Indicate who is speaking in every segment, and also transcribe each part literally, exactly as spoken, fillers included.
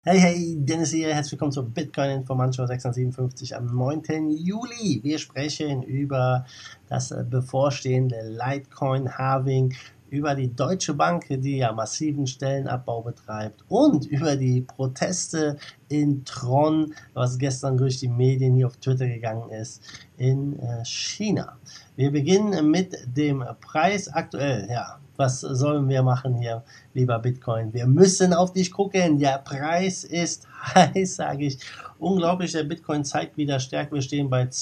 Speaker 1: Hey, hey, Dennis hier, herzlich willkommen zur Bitcoin-Information sechshundertsiebenundfünfzig am neunten Juli. Wir sprechen über das äh, bevorstehende Litecoin-Halving, über die Deutsche Bank, die ja massiven Stellenabbau betreibt, und über die Proteste in Tron, was gestern durch die Medien hier auf Twitter gegangen ist, in äh, China. Wir beginnen mit dem Preis aktuell. Ja, was sollen wir machen hier, lieber Bitcoin? Wir müssen auf dich gucken. Der Preis ist heiß, sage ich. Unglaublich, der Bitcoin zeigt wieder Stärke. Wir stehen bei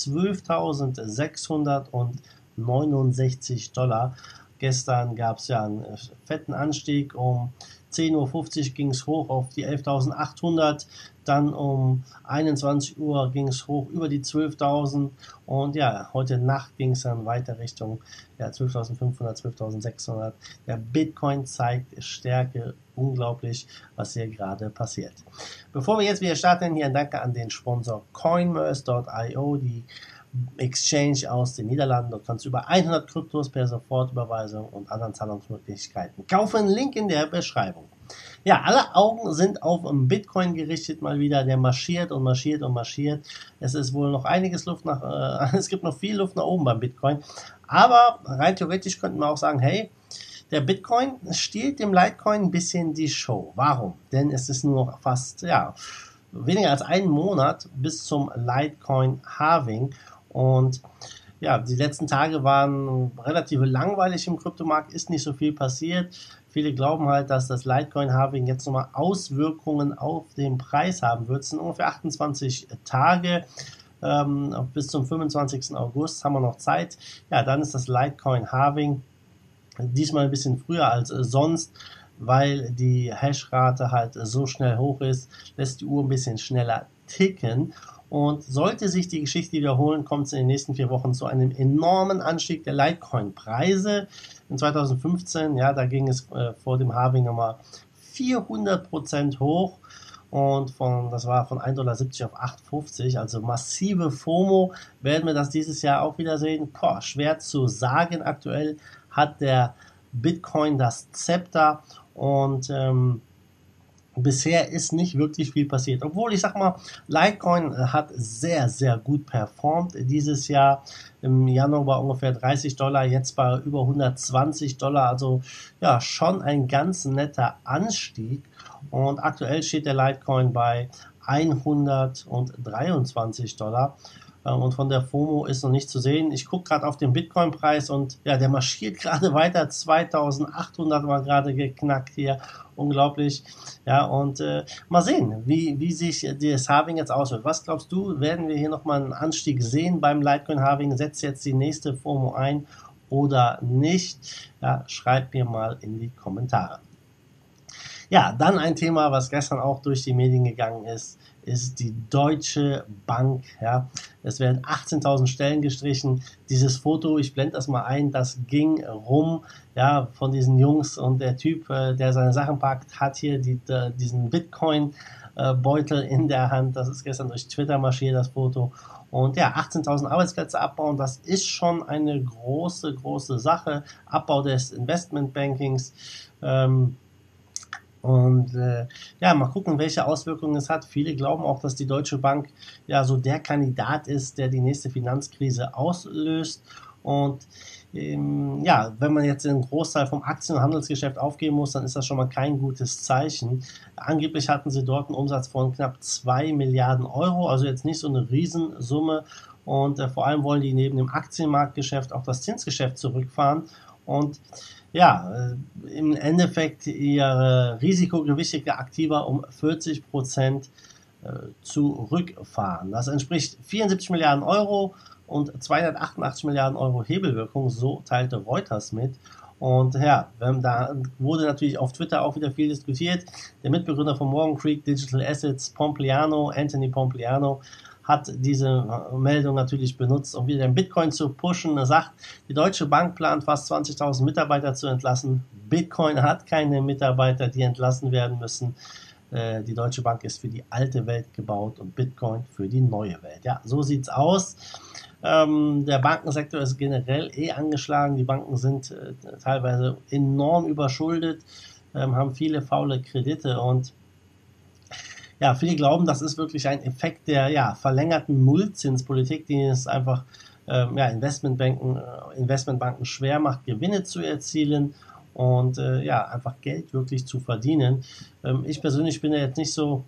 Speaker 1: zwölftausendsechshundertneunundsechzig Dollar. Gestern gab es ja einen fetten Anstieg. Um zehn Uhr fünfzig ging es hoch auf die elftausendachthundert. Dann um einundzwanzig Uhr ging es hoch über die zwölftausend. Und ja, heute Nacht ging es dann weiter Richtung ja, zwölftausendfünfhundert, zwölftausendsechshundert. Der Bitcoin zeigt Stärke. Unglaublich, was hier gerade passiert. Bevor wir jetzt wieder starten, hier ein Danke an den Sponsor Coinmerse Punkt io, die Exchange aus den Niederlanden. Dort kannst du über hundert Kryptos per Sofortüberweisung und anderen Zahlungsmöglichkeiten kaufen. Link in der Beschreibung. Ja, alle Augen sind auf Bitcoin gerichtet mal wieder. Der marschiert und marschiert und marschiert. Es ist wohl noch einiges Luft nach, äh, es gibt noch viel Luft nach oben beim Bitcoin. Aber rein theoretisch könnten wir auch sagen, hey, der Bitcoin stiehlt dem Litecoin ein bisschen die Show. Warum? Denn es ist nur noch fast, ja, weniger als einen Monat bis zum Litecoin-Halving. Und ja, die letzten Tage waren relativ langweilig im Kryptomarkt, ist nicht so viel passiert. Viele glauben halt, dass das Litecoin-Halving jetzt nochmal Auswirkungen auf den Preis haben wird. Es sind ungefähr achtundzwanzig Tage. Ähm, bis zum fünfundzwanzigsten August haben wir noch Zeit. Ja, dann ist das Litecoin-Halving diesmal ein bisschen früher als äh, sonst, weil die Hashrate halt äh, so schnell hoch ist, lässt die Uhr ein bisschen schneller ticken. Und sollte sich die Geschichte wiederholen, kommt es in den nächsten vier Wochen zu einem enormen Anstieg der Litecoin-Preise. In zweitausendfünfzehn, ja, da ging es äh, vor dem Halving nochmal vierhundert Prozent hoch. Und von, das war von ein Komma siebzig Dollar auf acht Komma fünfzig, also massive FOMO. Werden wir das dieses Jahr auch wieder sehen? Boah, schwer zu sagen. Aktuell hat der Bitcoin das Zepter und ähm, bisher ist nicht wirklich viel passiert. Obwohl, ich sag mal, Litecoin hat sehr, sehr gut performt dieses Jahr. Im Januar war ungefähr dreißig Dollar, jetzt bei über hundertzwanzig Dollar. Also ja, schon ein ganz netter Anstieg. Und aktuell steht der Litecoin bei hundertdreiundzwanzig Dollar. Und von der FOMO ist noch nicht zu sehen. Ich gucke gerade auf den Bitcoin-Preis und ja, der marschiert gerade weiter. zweitausendachthundert war gerade geknackt hier. Unglaublich. Ja, und äh, mal sehen, wie, wie sich das Halving jetzt auswirkt. Was glaubst du, werden wir hier nochmal einen Anstieg sehen beim Litecoin-Halving? Setzt jetzt die nächste FOMO ein oder nicht? Ja, schreib mir mal in die Kommentare. Ja, dann ein Thema, was gestern auch durch die Medien gegangen ist, ist die Deutsche Bank. Ja, es werden achtzehntausend Stellen gestrichen. Dieses Foto, ich blende das mal ein, das ging rum, ja, von diesen Jungs, und der Typ, der seine Sachen packt, hat hier die, diesen Bitcoin-Beutel in der Hand. Das ist gestern durch Twitter marschiert, das Foto. Und ja, achtzehntausend Arbeitsplätze abbauen, das ist schon eine große, große Sache. Abbau des Investmentbankings. Ähm, Und äh, ja, mal gucken, welche Auswirkungen es hat. Viele glauben auch, dass die Deutsche Bank ja so der Kandidat ist, der die nächste Finanzkrise auslöst. Und ähm, ja, wenn man jetzt den Großteil vom Aktien- und Handelsgeschäft aufgeben muss, dann ist das schon mal kein gutes Zeichen. Angeblich hatten sie dort einen Umsatz von knapp zwei Milliarden Euro, also jetzt nicht so eine Riesensumme. Und äh, vor allem wollen die neben dem Aktienmarktgeschäft auch das Zinsgeschäft zurückfahren. Und ja, äh, im Endeffekt ihre risikogewichtige Aktiva um vierzig Prozent äh, zurückfahren. Das entspricht vierundsiebzig Milliarden Euro und zweihundertachtundachtzig Milliarden Euro Hebelwirkung, so teilte Reuters mit. Und ja, da wurde natürlich auf Twitter auch wieder viel diskutiert. Der Mitbegründer von Morgan Creek Digital Assets, Pompliano, Anthony Pompliano, hat diese Meldung natürlich benutzt, um wieder den Bitcoin zu pushen. Er sagt, die Deutsche Bank plant fast zwanzigtausend Mitarbeiter zu entlassen. Bitcoin hat keine Mitarbeiter, die entlassen werden müssen. Äh, die Deutsche Bank ist für die alte Welt gebaut und Bitcoin für die neue Welt. Ja, so sieht's aus. Ähm, der Bankensektor ist generell eh angeschlagen. Die Banken sind äh, teilweise enorm überschuldet, ähm, haben viele faule Kredite und ja, viele glauben, das ist wirklich ein Effekt der ja, verlängerten Nullzinspolitik, die es einfach ähm, ja, Investmentbanken, äh, Investmentbanken schwer macht, Gewinne zu erzielen und äh, ja, einfach Geld wirklich zu verdienen. Ähm, ich persönlich bin ja jetzt nicht so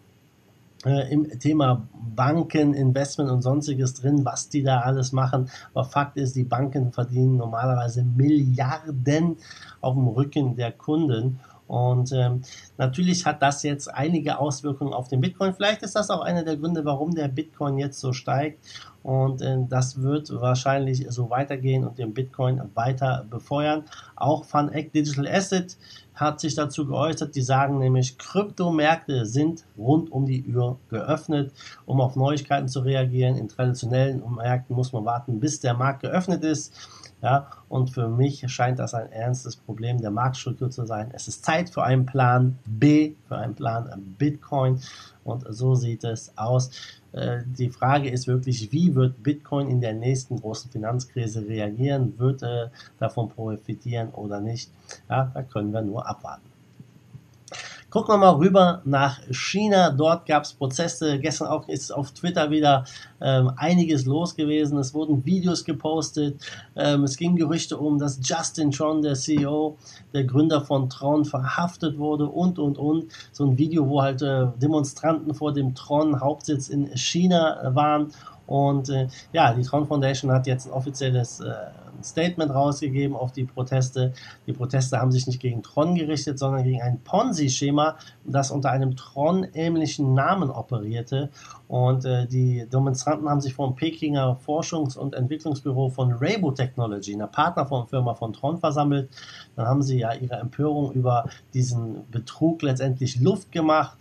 Speaker 1: äh, im Thema Banken, Investment und sonstiges drin, was die da alles machen. Aber Fakt ist, die Banken verdienen normalerweise Milliarden auf dem Rücken der Kunden. Und ähm, natürlich hat das jetzt einige Auswirkungen auf den Bitcoin. Vielleicht ist das auch einer der Gründe, warum der Bitcoin jetzt so steigt. Und äh, das wird wahrscheinlich so weitergehen und den Bitcoin weiter befeuern. Auch FunEck Digital Asset hat sich dazu geäußert. Die sagen nämlich, Kryptomärkte sind rund um die Uhr geöffnet, um auf Neuigkeiten zu reagieren. In traditionellen Märkten muss man warten, bis der Markt geöffnet ist. Ja, und für mich scheint das ein ernstes Problem der Marktstruktur zu sein. Es ist Zeit für einen Plan B, für einen Plan Bitcoin. Und so sieht es aus. Äh, die Frage ist wirklich, wie wird Bitcoin in der nächsten großen Finanzkrise reagieren? Wird er davon profitieren oder nicht? Ja, da können wir nur abwarten. Gucken wir mal rüber nach China. Dort gab es Prozesse. Gestern auch ist auf Twitter wieder ähm, einiges los gewesen. Es wurden Videos gepostet. Ähm, es ging Gerüchte um, dass Justin Tron, der C E O, der Gründer von Tron, verhaftet wurde und, und, und. So ein Video, wo halt äh, Demonstranten vor dem Tron-Hauptsitz in China waren. Und äh, ja, die Tron Foundation hat jetzt ein offizielles äh, Statement rausgegeben auf die Proteste. Die Proteste haben sich nicht gegen Tron gerichtet, sondern gegen ein Ponzi-Schema, das unter einem Tron-ähnlichen Namen operierte. Und äh, die Demonstranten haben sich vor dem Pekinger Forschungs- und Entwicklungsbüro von Raybo Technology, einer Partnerfirma von Tron, versammelt. Dann haben sie ja ihre Empörung über diesen Betrug letztendlich Luft gemacht.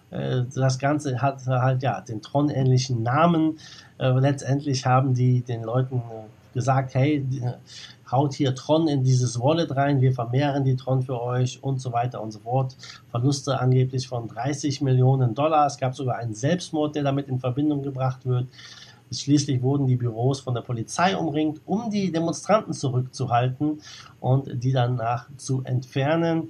Speaker 1: Das Ganze hat halt ja den Tron-ähnlichen Namen. Äh, letztendlich haben die den Leuten äh, gesagt, hey, haut hier Tron in dieses Wallet rein, wir vermehren die Tron für euch und so weiter und so fort. Verluste angeblich von dreißig Millionen Dollar. Es gab sogar einen Selbstmord, der damit in Verbindung gebracht wird. Schließlich wurden die Büros von der Polizei umringt, um die Demonstranten zurückzuhalten und die danach zu entfernen.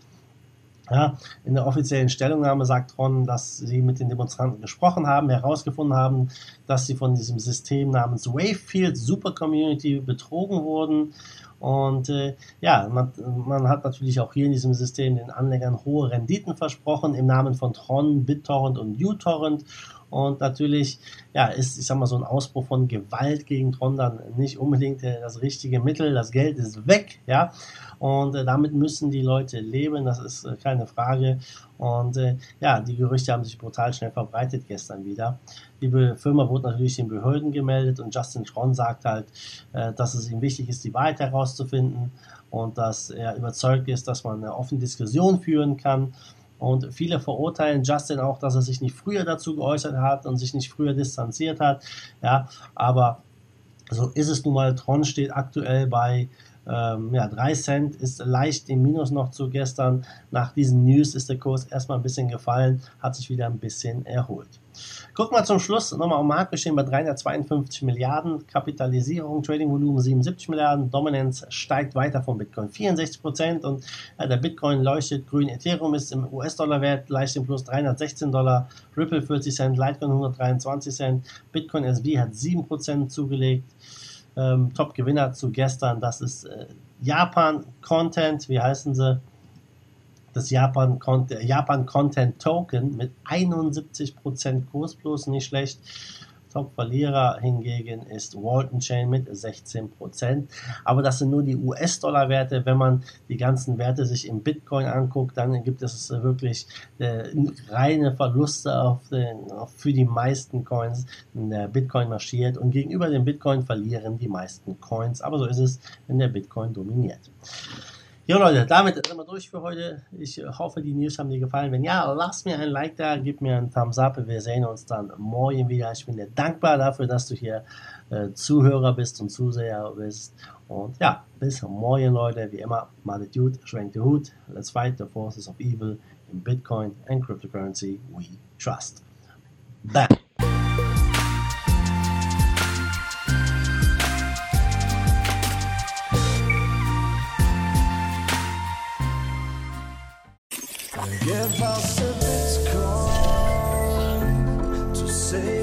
Speaker 1: Ja, in der offiziellen Stellungnahme sagt Tron, dass sie mit den Demonstranten gesprochen haben, herausgefunden haben, dass sie von diesem System namens Wavefield Super Community betrogen wurden. Und äh, ja, man, man hat natürlich auch hier in diesem System den Anlegern hohe Renditen versprochen im Namen von Tron, BitTorrent und uTorrent. Und natürlich ja, ist, ich sag mal, so ein Ausbruch von Gewalt gegen Tron dann nicht unbedingt äh, das richtige Mittel. Das Geld ist weg, ja. Und äh, damit müssen die Leute leben, das ist äh, keine Frage. Und äh, ja, die Gerüchte haben sich brutal schnell verbreitet gestern wieder. Die Be- Firma wurde natürlich den Behörden gemeldet und Justin Tron sagt halt, äh, dass es ihm wichtig ist, die Wahrheit herauszufinden und dass er überzeugt ist, dass man eine offene Diskussion führen kann. Und viele verurteilen Justin auch, dass er sich nicht früher dazu geäußert hat und sich nicht früher distanziert hat. Ja, aber so ist es nun mal. Tron steht aktuell bei ähm, ja, drei Cent, ist leicht im Minus noch zu gestern. Nach diesen News ist der Kurs erstmal ein bisschen gefallen, hat sich wieder ein bisschen erholt. Gucken wir zum Schluss nochmal am Markt. Wir stehen bei dreihundertzweiundfünfzig Milliarden, Kapitalisierung, Trading-Volumen siebenundsiebzig Milliarden, Dominanz steigt weiter von Bitcoin vierundsechzig Prozent und äh, der Bitcoin leuchtet grün. Ethereum ist im U S-Dollar-Wert leicht im Plus, dreihundertsechzehn Dollar, Ripple vierzig Cent, Litecoin hundertdreiundzwanzig Cent, Bitcoin S V hat sieben Prozent zugelegt. Ähm, Top-Gewinner zu gestern, das ist äh, Japan Content, wie heißen sie? Das Japan, Japan Content Token mit einundsiebzig Prozent Kursplus, nicht schlecht. Top-Verlierer hingegen ist Walton Chain mit sechzehn Prozent. Aber das sind nur die U S-Dollar-Werte. Wenn man die ganzen Werte sich im Bitcoin anguckt, dann gibt es wirklich äh, reine Verluste auf den, auf für die meisten Coins. Der Bitcoin marschiert und gegenüber dem Bitcoin verlieren die meisten Coins. Aber so ist es, wenn der Bitcoin dominiert. Ja Leute, damit sind wir durch für heute. Ich hoffe, die News haben dir gefallen. Wenn ja, lass mir ein Like da, gib mir einen Thumbs up. Wir sehen uns dann morgen wieder. Ich bin dir dankbar dafür, dass du hier äh, Zuhörer bist und Zuseher bist. Und ja, bis morgen Leute. Wie immer, madet gut, schwenkt den Hut. Let's fight the forces of evil in Bitcoin and cryptocurrency we trust. Bam!
Speaker 2: Give us a Bitcoin. say